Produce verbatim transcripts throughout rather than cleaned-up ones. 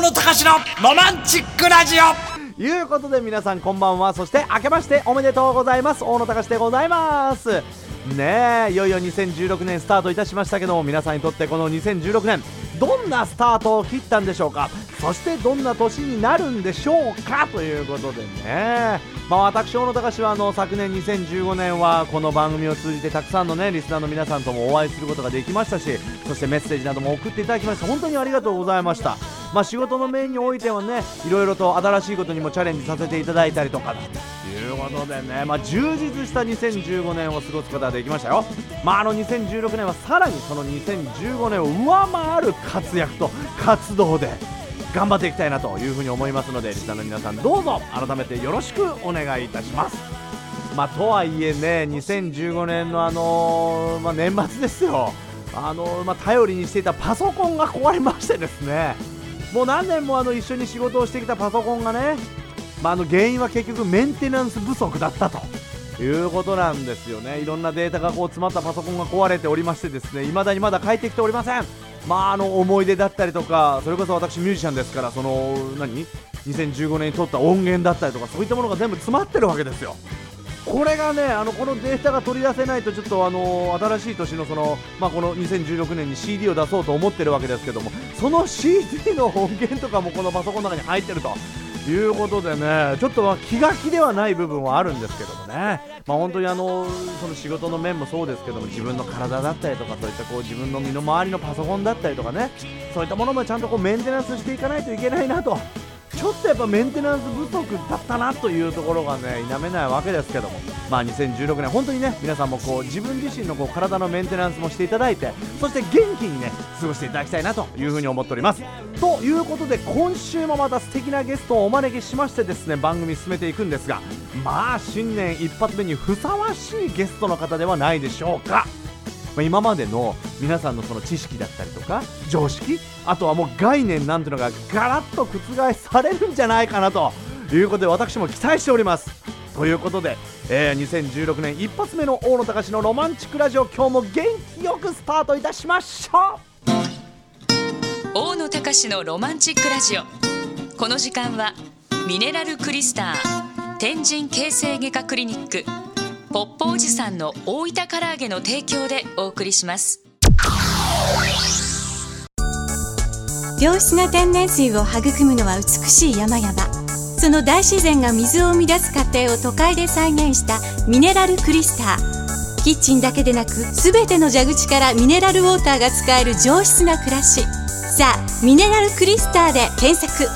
野隆のロマンチックラジオいうことで皆さんこんばんは。そして明けましておめでとうございます。大野隆でございますね。えいよいよにせんじゅうろくねんスタートいたしましたけども、皆さんにとってこのにせんじゅうろくねんどんなスタートを切ったんでしょうか。そしてどんな年になるんでしょうかということでね、まあ、私大野隆はあの昨年にせんじゅうごねんはこの番組を通じてたくさんのねリスナーの皆さんともお会いすることができましたし、そしてメッセージなども送っていただきまして本当にありがとうございました。まあ、仕事の面においてはねいろいろと新しいことにもチャレンジさせていただいたりとかということでね、まあ、充実したにせんじゅうごねんを過ごすことができましたよ。まあ、あのにせんじゅうろくねんはさらにそのにせんじゅうごねんを上回る活躍と活動で頑張っていきたいなというふうに思いますので、リスナーの皆さんどうぞ改めてよろしくお願いいたします。まあ、とはいえねにせんじゅうごねんのあのーまあ、年末ですよ。あのーまあ、頼りにしていたパソコンが壊れましてですね、もう何年もあの一緒に仕事をしてきたパソコンがね、まあ、あの原因は結局メンテナンス不足だったということなんですよね。いろんなデータがこう詰まったパソコンが壊れておりましてですね、未だにまだ帰ってきておりません。まあ、あの思い出だったりとか、それこそ私ミュージシャンですから、その何にせんじゅうごねんに撮った音源だったりとかそういったものが全部詰まってるわけですよ。これがねあのこのデータが取り出せないとちょっとあの新しい年のその、まあ、このにせんじゅうろくねんに シーディー を出そうと思ってるわけですけども、その シーディー の音源とかもこのパソコンの中に入ってるということでね、ちょっとまあ気が気ではない部分はあるんですけどもね、まあ、本当にあのその仕事の面もそうですけども、自分の体だったりとかそういったこう自分の身の回りのパソコンだったりとかね、そういったものもちゃんとこうメンテナンスしていかないといけないなと、ちょっとやっぱメンテナンス不足だったなというところがね否めないわけですけども、まあにせんじゅうろくねん本当にね皆さんもこう自分自身のこう体のメンテナンスもしていただいて、そして元気にね過ごしていただきたいなというふうに思っております。ということで今週もまた素敵なゲストをお招きしましてですね、番組進めていくんですが、まあ新年一発目にふさわしいゲストの方ではないでしょうか。今までの皆さんのその知識だったりとか常識、あとはもう概念なんていうのがガラッと覆されるんじゃないかなということで私も期待しております。ということで、えー、にせんじゅうろくねん一発目の大野隆のロマンチックラジオ、今日も元気よくスタートいたしましょう。大野隆のロマンチックラジオ、この時間はミネラルクリスター、天神形成外科クリニック、ポッポおじさんの大分唐揚げの提供でお送りします。 良質な天然水を育むのは美しい山々、その大自然が水を生み出す過程を都会で再現したミネラルクリスター。キッチンだけでなく全ての蛇口からミネラルウォーターが使える上質な暮らし。さあミネラルクリスターで検索。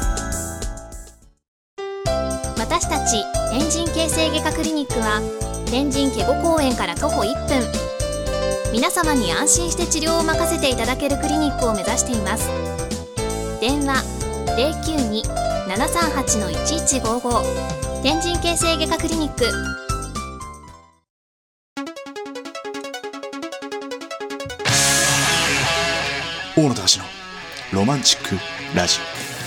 私たち天神形成外科クリニックは天神ケゴ公園から徒歩いっぷん、皆様に安心して治療を任せていただけるクリニックを目指しています。電話 ゼロきゅうに ななさんはち いちいちごご 天神形成外科クリニック。 大野隆のロマンチックラジ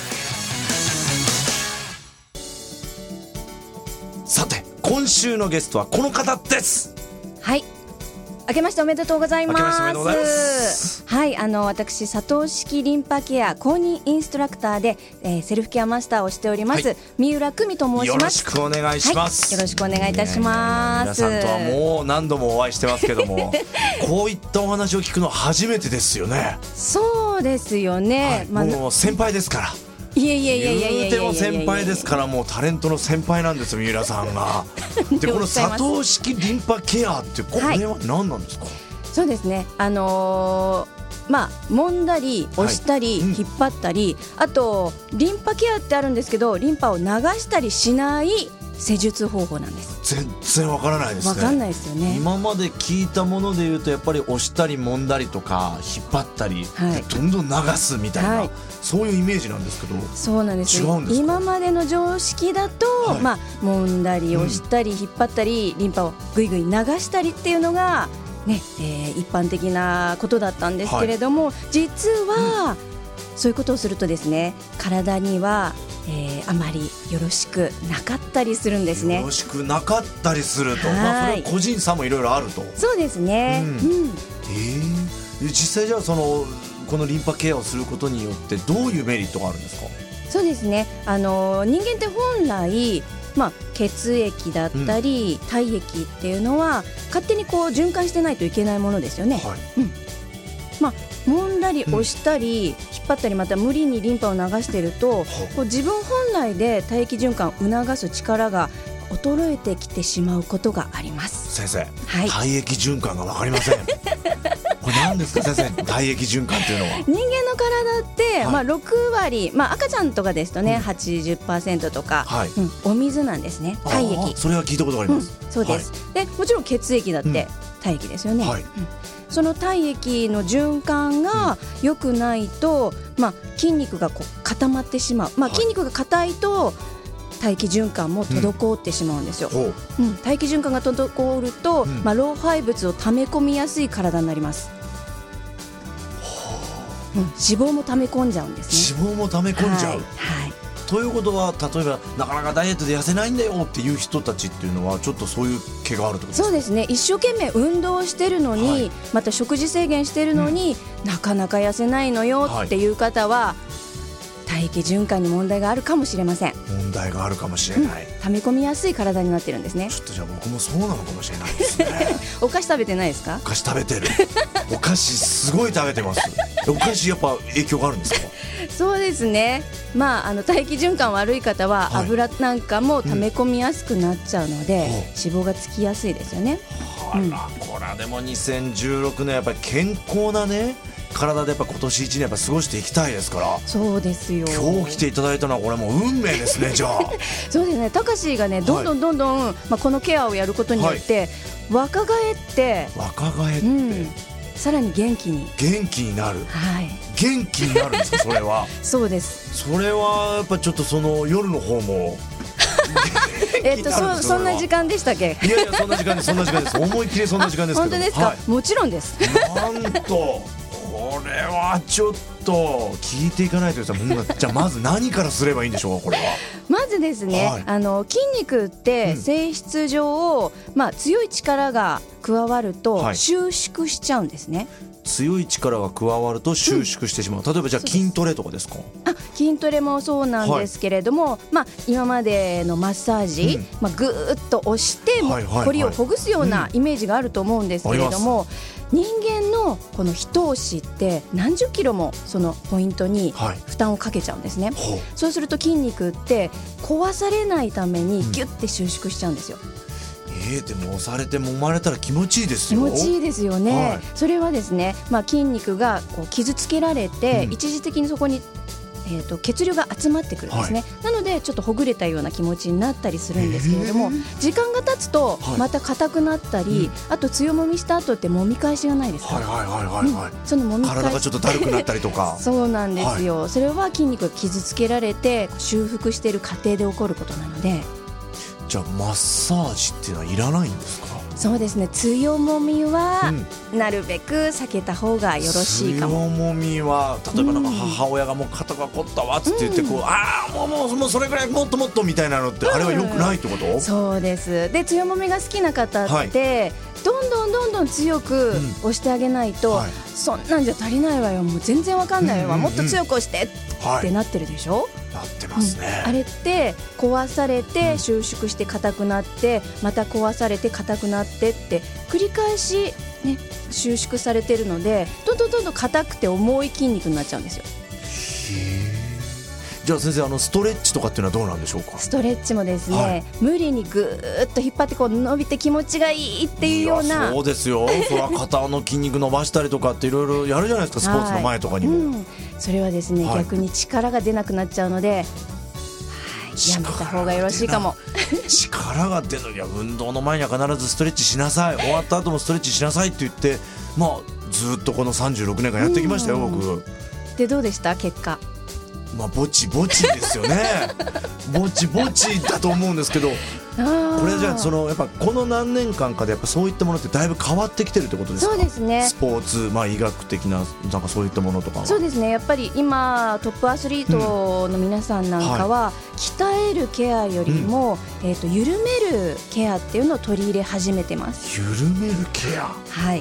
オ。さて今週のゲストはこの方です。 はい、明けましておめでとうございます。 明けましておめでとうございます。 はい、あの私佐藤式リンパケア公認インストラクターで、えー、セルフケアマスターをしております、はい、三浦久美と申します。 よろしくお願いします、 はい、よろしくお願いいたします。 皆さんとはもう何度もお会いしてますけどもこういったお話を聞くの初めてですよね。 そうですよね、 はい、まあ、もう先輩ですから。 いやいやいやいやいやいやいやいや、 言うても先輩ですから、もうタレントの先輩なんですよ三浦さんがでこの佐藤式リンパケアってこれは何なんですか。はい、 そうですね、あのーまあ、揉んだり押したり、はい、うん、引っ張ったり、あとリンパケアってあるんですけどリンパを流したりしない施術方法なんです。 全然わからないですね。 わかんないですよね。 今まで聞いたもので言うとやっぱり押したり揉んだりとか引っ張ったり、はい、どんどん流すみたいな、はい、そういうイメージなんですけど。 そうなんです。 違うんですか。 今までの常識だと、はい、まあ、揉んだり押したり引っ張ったり、うん、リンパをぐいぐい流したりっていうのがね、えー、一般的なことだったんですけれども、はい、実は、うん、そういうことをするとですね、体には、えー、あまりよろしくなかったりするんですね。 よろしくなかったりすると、まあ、それは個人差もいろいろあると。 そうですね、うんうん、 えー、実際じゃあそのこのリンパケアをすることによってどういうメリットがあるんですか。 そうですね、あの人間って本来、まあ、血液だったり、うん、体液っていうのは勝手にこう循環してないといけないものですよね、はい、うん、まあ揉んだり押したり、うん、引っ張ったりまた無理にリンパを流していると、こう自分本来で体液循環を促す力が衰えてきてしまうことがあります。 先生、 はい、 体液循環が分かりませんこれ何ですか先生、体液循環っていうのは。 人間の体って、はい、まあ、ろくわり、まあ、赤ちゃんとかですとね、うん、はちじゅっパーセント とか、はい、うん、お水なんですね、体液。 それは聞いたことがあります、 うん、そうです、はい、でもちろん血液だって体液ですよね、うん、はい、うん、その体液の循環が良くないと、まあ、筋肉がこう固まってしまう、まあ、筋肉が硬いと体液循環も滞ってしまうんですよ、うんうん、体液循環が滞ると、うん、まあ、老廃物を溜め込みやすい体になります、うん、脂肪も溜め込んじゃうんですね。脂肪も溜め込んじゃう、はいはい、ということは例えばなかなかダイエットで痩せないんだよっていう人たちっていうのはちょっとそういう毛があるってことですか？ そうですね、一生懸命運動してるのに、はい、また食事制限してるのに、うん、なかなか痩せないのよっていう方は、はい、体液循環に問題があるかもしれません。 問題があるかもしれない、うん、 溜め込みやすい体になってるんですね。 ちょっとじゃあ僕もそうなのかもしれないですねお菓子食べてないですか？ お菓子食べてるお菓子すごい食べてます。お菓子やっぱ影響があるんですか？ そうですね、まあ、あの体液循環悪い方は油なんかも溜め込みやすくなっちゃうので、うん、脂肪がつきやすいですよね。 あら、うん、これはでもにせんじゅうろくねんやっぱり健康なね体でやっぱ今年いちねんやっぱ過ごしていきたいですから。 そうですよ。 今日来ていただいたのはこれもう運命ですねじゃあそうですね、たかしがねどんどんどんどん、はい、まあ、このケアをやることによって、はい、若返って若返って、うん、 さらに元気に元気になる、 はい、 元気になるんですかそれはそうです。 それはやっぱちょっとその夜の方もえっと そ, そんな時間でしたっけ？ いやいやそんな時間ですそんな時間です思いっきりそんな時間ですけど。 本当ですか？はい、もちろんです。 なんとこれはちょっと聞いていかないとですね。じゃあまず何からすればいいんでしょうかこれは。 まずですね、はい、あの筋肉って性質上、うん、まあ、強い力が加わると収縮しちゃうんですね、はい、 強い力が加わると収縮してしまう、うん、例えばじゃあ筋トレとかですか？ あ、筋トレもそうなんですけれども、はい、まあ、今までのマッサージ、うん、まあ、ぐーっと押して凝りをほぐすようなイメージがあると思うんですけれども、うん、人間のこの一押しって何十キロもそのポイントに負担をかけちゃうんですね、はい、そうすると筋肉って壊されないためにギュッて収縮しちゃうんですよ、 うん、えー、でも押されて揉まれたら気持ちいいですよ。 気持ちいいですよね、はい、それはですね、まあ、筋肉がこう傷つけられて、うん、一時的にそこにえー、と血流が集まってくるんですね、はい、なのでちょっとほぐれたような気持ちになったりするんですけれども、時間が経つとまた硬くなったり、はい、あと強もみした後って揉み返しがないですか、はいはいはいはい、うん、その揉み返し体がちょっとだるくなったりとかそうなんですよ、はい、それは筋肉が傷つけられて修復している過程で起こることなので。 じゃあマッサージっていうのはいらないんですか？ そうですね、強もみはなるべく避けた方がよろしいかも。 強もみは例えばなんか母親がもう肩が凝ったわっつって言ってこう、うん、ああもうもうもうそれぐらいもっともっとみたいなのって、うん、あれは良くないってこと？ そうです。で強もみが好きな方って、はい、どんどんどんどん強く押してあげないと、うんはい、そんなんじゃ足りないわよ、もう全然わかんないわ、うんうんうん、もっと強く押してってなってるでしょ、はい、 なってますね、 うん、あれって壊されて収縮して硬くなって、うん、また壊されて硬くなってって繰り返し、ね、収縮されてるのでどんどんどんどん硬くて重い筋肉になっちゃうんですよ。 へー。じゃあ先生、あのストレッチとかっていうのはどうなんでしょうか？ ストレッチもですね、はい、無理にぐーっと引っ張ってこう伸びて気持ちがいいっていうような。 そうですよそれは肩の筋肉伸ばしたりとかっていろいろやるじゃないですか、スポーツの前とかにも、 はい、うん、それはですね、はい、逆に力が出なくなっちゃうので、はい、やめた方がよろしいかも。 力が出る。いや、運動の前には必ずストレッチしなさい、終わった後もストレッチしなさいって言って、まあ、ずっとこのさんじゅうろくねんかんやってきましたよ、僕。 でどうでした結果？ まあ、ぼちぼちですよねぼちぼちだと思うんですけど、これじゃあそのやっぱこの何年間かでやっぱそういったものってだいぶ変わってきてるってことですか？ そうですね。 スポーツ、まあ、医学的ななんかそういったものとかは。 そうですね、やっぱり今トップアスリートの皆さんなんかは、うん、はい、鍛えるケアよりも、うん、えーと、緩めるケアっていうのを取り入れ始めてます。 緩めるケア、 はい、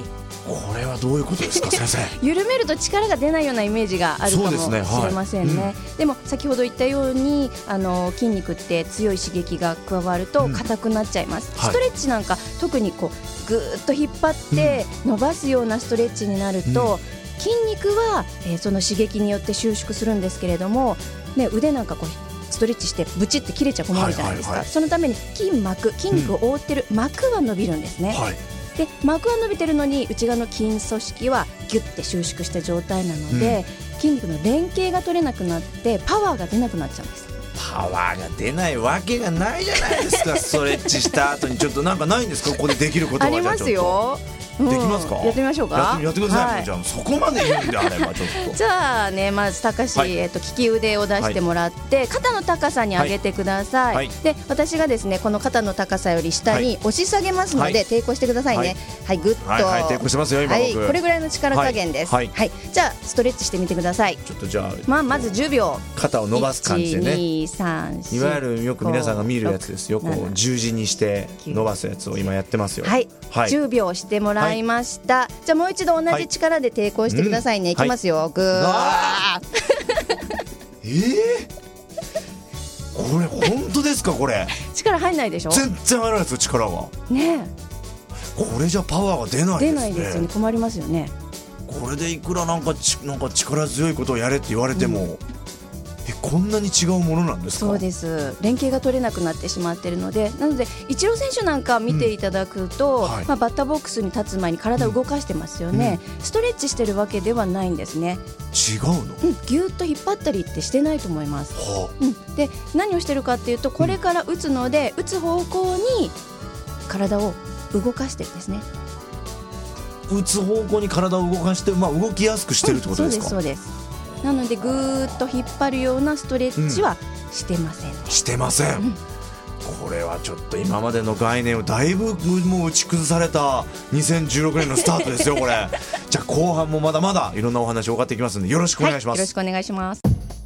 これはどういうことですか先生。 緩めると力が出ないようなイメージがあるかもしれませんね。で, ね、はい、うん、でも先ほど言ったようにあの筋肉って強い刺激が加わると硬くなっちゃいます、うん、ストレッチなんか、はい、特にこうぐーっと引っ張って伸ばすようなストレッチになると、うん、筋肉は、えー、その刺激によって収縮するんですけれども、ね、腕なんかこうストレッチしてブチって切れちゃ困るじゃないですか、はいはいはい、そのために筋膜、筋肉を覆ってる膜は伸びるんですね、うん、はい、で膜は伸びてるのに内側の筋組織はギュッて収縮した状態なので、うん、筋肉の連携が取れなくなってパワーが出なくなっちゃうんです。 パワーが出ないわけがないじゃないですかストレッチした後にちょっとなんかないんですかここでできることが。 ありますよ。 できますか、 うん、やってみましょうか。 やって、やってください、はい、じゃあそこまで言うんであればちょっとじゃあね、まず高橋、はい、えー、と利き腕を出してもらって、はい、肩の高さに上げてください、はい、で私がですねこの肩の高さより下に押し下げますので、はい、抵抗してくださいね。はい、はい、グッと、 はいはい、抵抗してますよ今僕、 はい、これぐらいの力加減です、はいはいはい、じゃあストレッチしてみてください。 ちょっとじゃあ、 まあ、まずじゅうびょう肩を伸ばす感じでね、 いち、に、さん、よん、 いわゆるよく皆さんが見るやつですよ。こう十字にして伸ばすやつを今やってますよ。はい、はい、じゅうびょうしてもらいました、はい、じゃあもう一度同じ力で抵抗してくださいね、はい、いきますよ、はい、グーえー、これ本当ですかこれ力入んないでしょ。 全然入らないですよ力がね。 これじゃパワーが出ないですね。 出ないですよね。困りますよね。 これでいくらなんかちなんか力強いことをやれって言われても、うん、えこんなに違うものなんですか。 そうです。連携が取れなくなってしまっているので、なのでイチロー選手なんか見ていただくと、うんはい、まあ、バッターボックスに立つ前に体を動かしてますよね、うん、ストレッチしてるわけではないんですね。 違うの、うん、 ぎゅっと引っ張ったりってしてないと思います、はあ、うん、で何をしてるかっていうとこれから打つので、うん、打つ方向に体を動かしてるんですね。 打つ方向に体を動かして、まあ、動きやすくしてるってことですか。 うん、そうですそうです。なのでぐーっと引っ張るようなストレッチはしてません、ね、 うん、してません、うん、これはちょっと今までの概念をだいぶもう打ち崩されたにせんじゅうろくねんのスタートですよこれじゃあ後半もまだまだいろんなお話を伺っていきますのでよろしくお願いします、 はい、よろしくお願いします。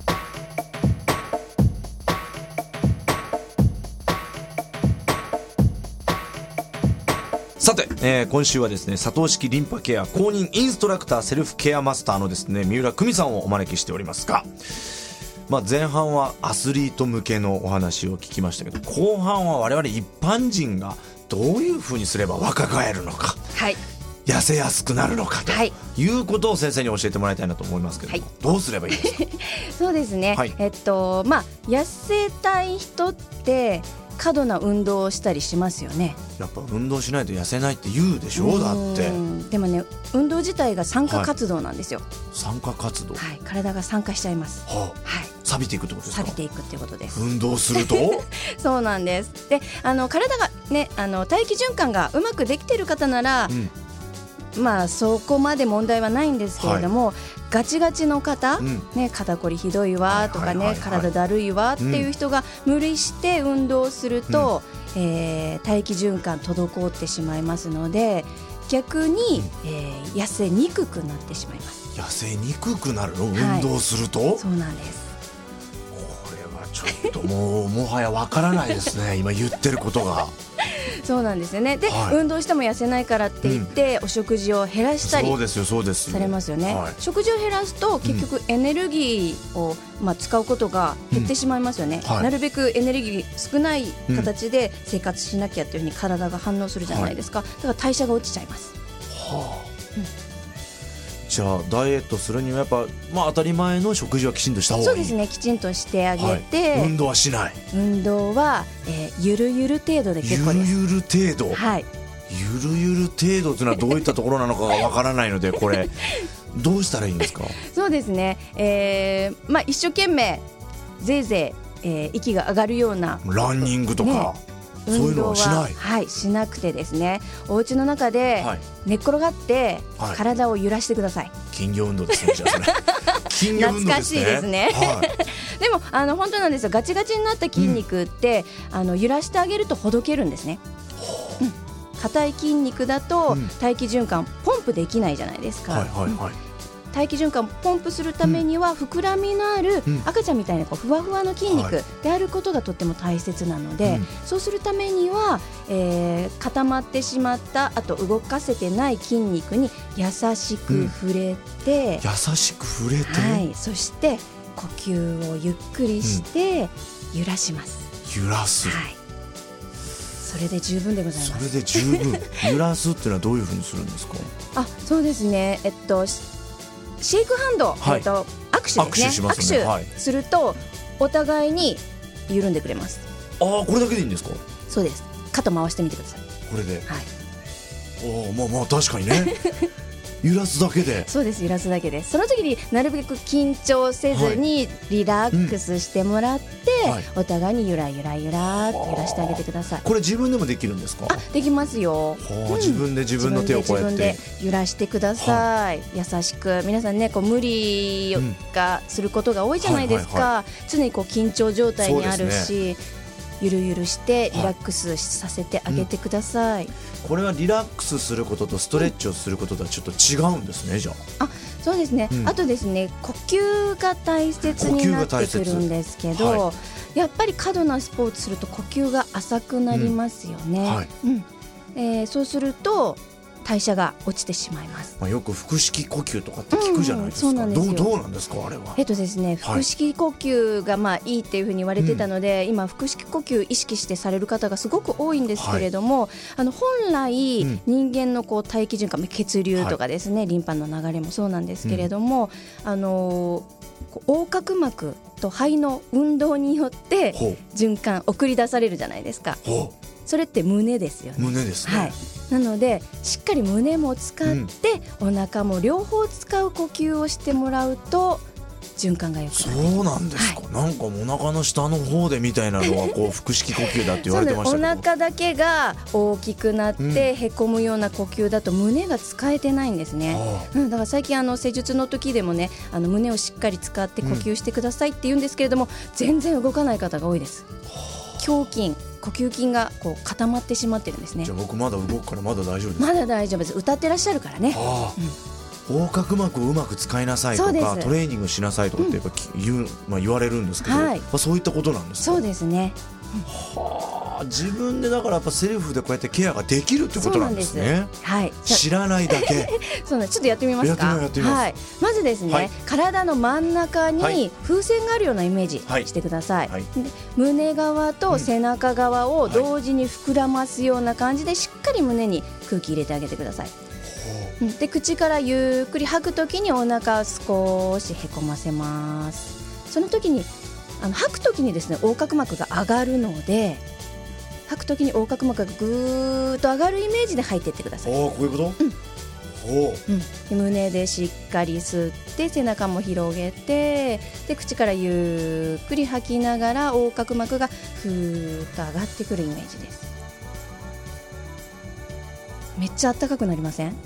さて、えー、今週はですね佐藤式リンパケア公認インストラクターセルフケアマスターのですね三浦久美さんをお招きしておりますが、まあ、前半はアスリート向けのお話を聞きましたけど後半は我々一般人がどういうふうにすれば若返るのか、はい、痩せやすくなるのかということを先生に教えてもらいたいなと思いますけど、はい、どうすればいいですか。 そうですね、はい、えっとまあ、痩せたい人って過度な運動をしたりしますよね。 やっぱ運動しないと痩せないって言うでしょう。だってでもね運動自体が酸化活動なんですよ、はい、 酸化活動、 はい、体が酸化しちゃいます、はあ、はい、錆びていくってことですか。 錆びていくっていうことです。 運動するとそうなんです。であの体がねあの大気循環がうまくできている方なら、うん、まあそこまで問題はないんですけれども、はい、ガチガチの方、うん、ね、肩こりひどいわとかね、体だるいわっていう人が無理して運動すると、うん、えー、大気循環滞ってしまいますので逆に、うん、えー、痩せにくくなってしまいます。 痩せにくくなるの、はい、運動すると。 そうなんです。 これはちょっともうもはやわからないですね今言ってることが。 そうなんですよね。で、はい、運動しても痩せないからって言って、うん、お食事を減らしたりされますよね、はい、食事を減らすと結局エネルギーを、まあ、使うことが減ってしまいますよね、うん、はい、なるべくエネルギー少ない形で生活しなきゃっていうふうに体が反応するじゃないですか、はい、だから代謝が落ちちゃいます、はあ、うん、 じゃあダイエットするにはやっぱ、まあ、当たり前の食事はきちんとした方がいい。 そうですね、きちんとしてあげて、はい、 運動はしない。 運動は、えー、ゆるゆる程度で結構です。 ゆるゆる程度、はい、ゆるゆる程度というのはどういったところなのかがわからないのでこれどうしたらいいんですか。 そうですね、えーまあ、一生懸命ぜいぜい、えー、息が上がるようなランニングとか、ね、そういうのはしない。 はい、しなくてですね、お家の中で寝っ転がって体を揺らしてください、はい、 筋魚運動ですね。じゃあそれ筋魚運動ですね。 懐かしいですね、はい、でもあの本当なんですよ。ガチガチになった筋肉って、うん、あの揺らしてあげるとほどけるんですね。硬、うん、い筋肉だと、うん、大気循環ポンプできないじゃないですか、はいはいはい、 大気循環をポンプするためには、膨らみのあるうん赤ちゃんみたいなこうふわふわの筋はい肉であることがとっても大切なので、 うんそうするためには、えー固まってしまったあと動かせてない筋肉に優しく触れて、 優しく触れて、 はい、そして呼吸をゆっくりして揺らします、 揺らす、 はい、それで十分でございます。 それで十分揺らすっていうのはどういうふうにするんですか？ あ、そうですね、えっとシシェイクハンド、 はいえっと、握手ですね、 握手しますねはいするとお互いに緩んでくれます。 ああ、これだけでいいんですか？ そうです。肩回してみてください。 これで、 はい、 おお、まあまあ確かにね揺らすだけで、 そうです。揺らすだけです。その時になるべく緊張せずにリラックスしてもらって、 うんはい、 お互いにゆらゆらゆらって揺らしてあげてください。 これ自分でもできるんですか？ あ、できますよ。 はあ、 うん自分で自分の手をこうやって自分で自分で揺らしてください、優しく。皆さんね、こう無理がすることが多いじゃないですか、 はいはいは常にこう緊張状態にあるそうですし、ゆるゆるしてリラックスさせてあげてください、 これはリラックスすることとストレッチをすることとはちょっと違うんですね、じゃあ。 そうですね、 うんあとですね、呼吸が大切になってくるんですけど、 はやっぱり過度なスポーツすると呼吸が浅くなりますよね、 うんはいうんえーそうすると代謝が落ちてしまいます。 まあ、よく腹式呼吸とかって聞くじゃないですか、 うんうんそうなんですよどうどうなんですかあれは。 えっとですね、腹式呼吸がまあいいっていうふうに言われてたので、今腹式呼吸意識してされる方がすごく多いんですけれども、あの本来、 うん人間のこう大気循環、血流とかですね、リンパの流れもそうなんですけれども、あのーこう横隔膜と肺の運動によってほう循環送り出されるじゃないですか。 ほそれって胸ですようね。 胸ですね、 はい、なのでしっかり胸も使って、お腹も両方使う呼吸をしてもらうと循環が良くなってきます。 そうなんですか、なんかお腹の下の方でみたいなのはこう腹式呼吸だって言われてましたけど、 そうです。お腹だけが大きくなって、 うんへこむような呼吸だと胸が使えてないんですね、 あうん、だから最近あの施術の時でもね、あの胸をしっかり使って呼吸してくださいって言うんですけれども、全然動かない方が多いです。胸筋、呼吸筋がこう固まってしまってるんですねじゃ。あ僕まだ動くからまだ大丈夫ですか？ まだ大丈夫です。歌ってらっしゃるからね。 ああ横隔膜をうまく使いなさいとそうかですトレーニングしなさいとかってやっぱき言う、まあ、言われるんですけど、 はいまあ、そういったことなんですか？ そうですね。 はあ、自分でだからやっぱセルフでこうやってケアができるってことなんですね。 はい。じゃ知らないだけそうなんです。ちょっとやってみますか。 やってみようやってみますはい。まずですね、 はい体の真ん中はいに風船があるようなイメージはいしてください。 はいで胸側と背中側を同時に膨らますような感じで、しっかり胸に空気入れてあげてください。うんで口からゆっくり吐くときにお腹を少しへこませます。その時にあの吐くときにですね、横隔膜が上がるので、吐くときに横隔膜がぐーっと上がるイメージで吐いていってください。 ああこういうこと、 うんほううん、で胸でしっかり吸って背中も広げて、で口からゆっくり吐きながら横隔膜がふーっと上がってくるイメージです。めっちゃ暖かくなりません？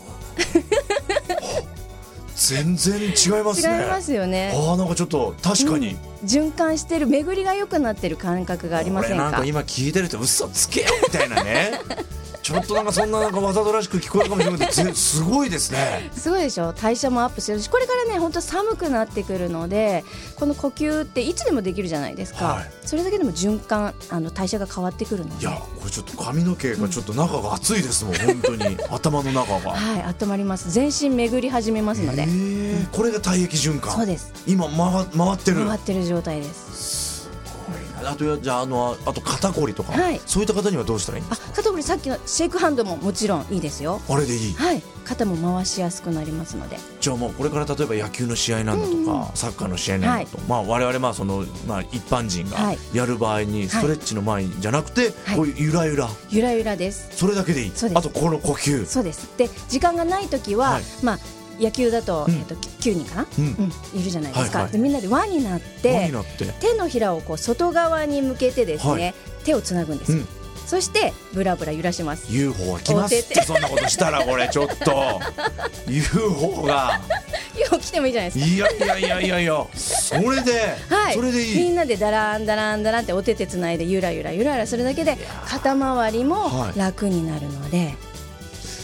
全然違いますね。 違いますよね。 ああなんかちょっと確かに、 うん循環してる、巡りが良くなってる感覚がありませんか？ これなんか今聞いてると嘘つけよみたいなねちょっとなんかそんななんかわざとらしく聞こえるかもしれないけどぜすごいですね。 すごいでしょ。代謝もアップしてるし、これからね本当寒くなってくるので、この呼吸っていつでもできるじゃないですか、 はいそれだけでも循環、あの代謝が変わってくるので、 いやこれちょっと髪の毛がちょっと中が熱いですもん、本当に頭の中が。 はい、温まります。全身巡り始めますので、 へーこれが体液循環。 そうです。 今回回ってる。 回ってる状態です。 すごいな。あとじゃああのあと肩こりとか、 はいそういった方にはどうしたらいいんであ、 すか？ 肩こり、さっきのシェイクハンドももちろんいいですよ。 あれでいい。 はい、肩も回しやすくなりますので。 じゃあもうこれから例えば野球の試合なんだとか、 うんうんサッカーの試合なんだと、まあ我々まあそのまあ一般人がはいやる場合にストレッチの前にじゃなくて、 はいこういうゆらゆらゆらゆらです。 それだけでいい。 そうですあとこの呼吸。 そうです。で時間がないときは、 はいまあ野球だと、 うんえっときゅうにんかな、 うんうん、いるじゃないですか、 はいはいでみんなで輪になって輪になって。 手のひらをこう外側に向けてですね、 はい手をつなぐんですよ、 うんそしてブラブラ揺らします。 ユーフォー が来ますっお手てそんなことしたらこれちょっと ユーフォー がよう来てもいいじゃないですか。 いやいやいやいやいやそれで、 はい、 それでいい。 みんなでダランダランダランってお手手つないでゆらゆらゆらゆらするだけで肩周りもはい楽になるので、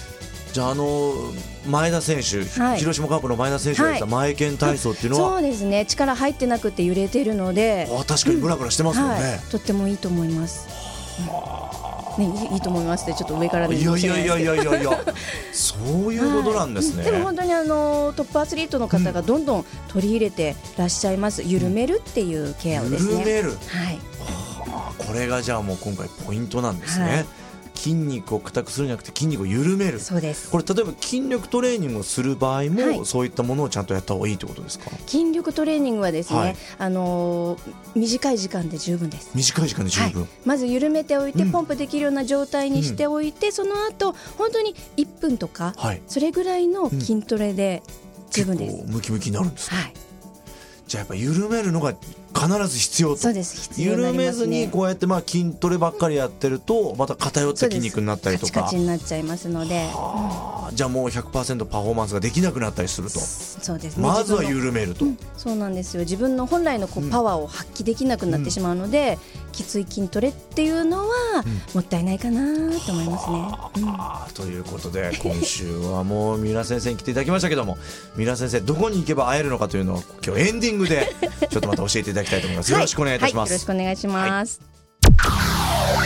じゃあ、あの前田選手、はい、広島カープの前田選手がやった前拳体操っていうのは、 はい、そうですね、力入ってなくて揺れてるので、 あ、確かにブラブラしてますもんね、 はい、とってもいいと思います、うんね、いいと思いますってちょっと上からで申し訳ないですけど、いやいやいやいやいやそういうことなんですね、 はい、でも本当にあのトップアスリートの方がどんどん取り入れてらっしゃいます、うん、緩めるっていうケアをですね、 緩める、 はい、 はあ、これがじゃあもう今回ポイントなんですね、はい、筋肉を硬くするんじゃなくて筋肉を緩める。 そうです。 これ例えば筋力トレーニングをする場合も、はい、そういったものをちゃんとやった方がいいってことですか？ 筋力トレーニングはですね、はい、あのー、短い時間で十分です。 短い時間で十分、はい、 まず緩めておいて、うん、ポンプできるような状態にしておいて、うん、その後本当にいっぷんとか、はい、それぐらいの筋トレで十分です、 うん、結構ムキムキになるんですか？ はい、 じゃあやっぱ緩めるのが必ず必要と。 そうです、必要になりますね。 緩めずにこうやってまあ筋トレばっかりやってるとまた偏った筋肉になったりとか、 カチカチになっちゃいますので、 はあ、じゃあもう ひゃくパーセント パフォーマンスができなくなったりすると。 そうですね、 まずは緩めると、 うん、そうなんですよ。自分の本来のこうパワーを発揮できなくなってしまうので、うん、きつい筋トレっていうのはもったいないかなと思いますね、 うん、ということで今週はもう三浦先生に来ていただきましたけども三浦先生どこに行けば会えるのかというのを今日エンディングでちょっとまた教えていただきたいと思います、はい、よろしくお願いいたします、 はい、よろしくお願いします、 はい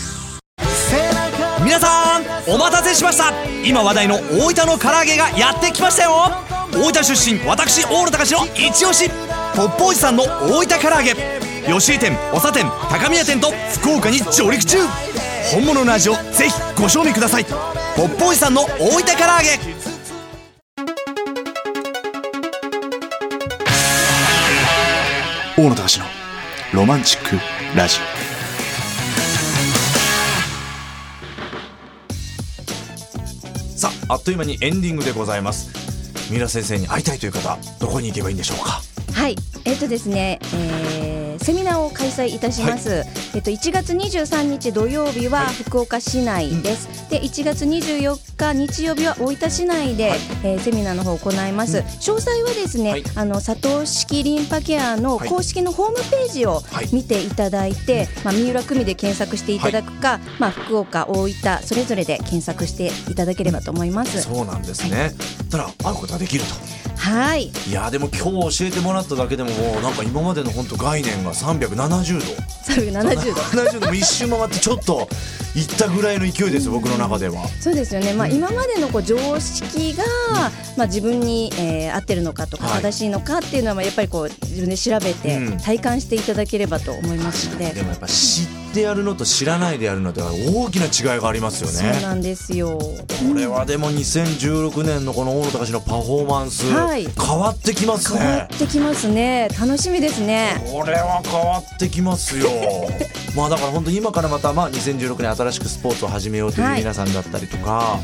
、皆さんお待たせしました。今話題の大分の唐揚げがやってきましたよ。大分出身私大野隆の一押しポップおじさんの大分唐揚げ、吉井店、長店、高宮店と福岡に上陸中。本物の味をぜひご賞味ください。ポップおじさんの大分唐揚げ。 大野隆のロマンチックラジオ。さあ、あっという間にエンディングでございます。三浦先生に会いたいという方どこに行けばいいんでしょうか？ はい、えっとですね、えー、セミナーを開催いたします、はい、えっと、いちがつにじゅうさんにち土曜日は福岡市内です、はい、でいちがつにじゅうよっか日曜日は大分市内で、はい、えー、セミナーの方を行います、うん、詳細はですね、はい、あの佐藤式リンパケアの公式のホームページを見ていただいて、はい、まあ、三浦久美で検索していただくか、はい、まあ、福岡、大分それぞれで検索していただければと思います。 そうなんですね、はい、ただ会うことができると。 はい、 いやでも今日教えてもらっただけでももうなんか今までの本当概念がさんびゃくななじゅうどさんびゃくななじゅうどななじゅうども一周回ってちょっといったぐらいの勢いです、僕の中では。 そうですよね、まあ、今までのこう常識が、まあ、自分に、えー、合ってるのかとか、はい、正しいのかっていうのはやっぱりこう自分で調べて体感していただければと思いますので、うん、 でもやっぱ知ってやるのと知らないでやるのでは大きな違いがありますよね。 そうなんですよ。これはでもにせんじゅうろくねんのこの大野隆のパフォーマンス、はい、変わってきますね。 変わってきますね。楽しみですね。 これは変わってきますよまあだから本当に今からまたまあにせんじゅうろくねん新しくスポーツを始めようという皆さんだったりとか、はい、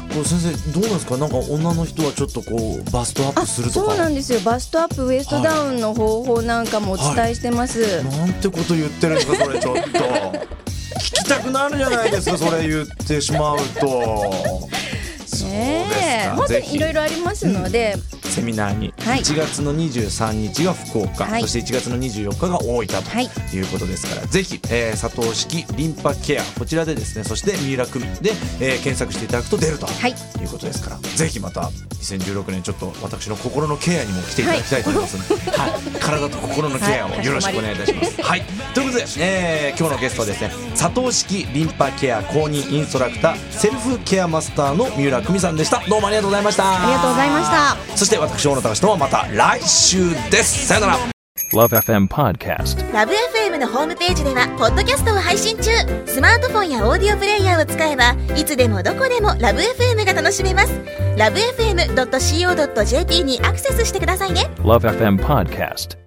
これ先生どうなんですか？なんか女の人はちょっとこうバストアップするとか。 そうなんですよ。バストアップウエストダウンの方法なんかもお伝えしてます、はいはい、なんてこと言ってるんですかそれちょっと聞きたくなるじゃないですかそれ言ってしまうと。 ねえ、本当にいろいろありますので、 うん、セミナーにいちがつのにじゅうさんにちが福岡、はい、そしていちがつのにじゅうよっかが大分ということですから、はい、ぜひ、えー、佐藤式リンパケアこちらでですね、そして三浦久美で、えー、検索していただくと出るということですから、はい、ぜひまたにせんじゅうろくねんちょっと私の心のケアにも来ていただきたいと思いますので、はいはい、体と心のケアをよろしくお願いいたします、はい、ということで、えー、今日のゲストはですね、佐藤式リンパケア公認インストラクターセルフケアマスターの三浦久美さんでした。どうもありがとうございました。 ありがとうございました。 そして私大野隆とはまた来週です。さよなら。 Love エフエム Podcast。 ラブ エフエム のホームページではポッドキャストを配信中。スマートフォンやオーディオプレイヤーを使えばいつでもどこでもラブ エフエム が楽しめます。ラブエフエムドットシーオードットジェーピー にアクセスしてくださいね。 Love エフエム Podcast。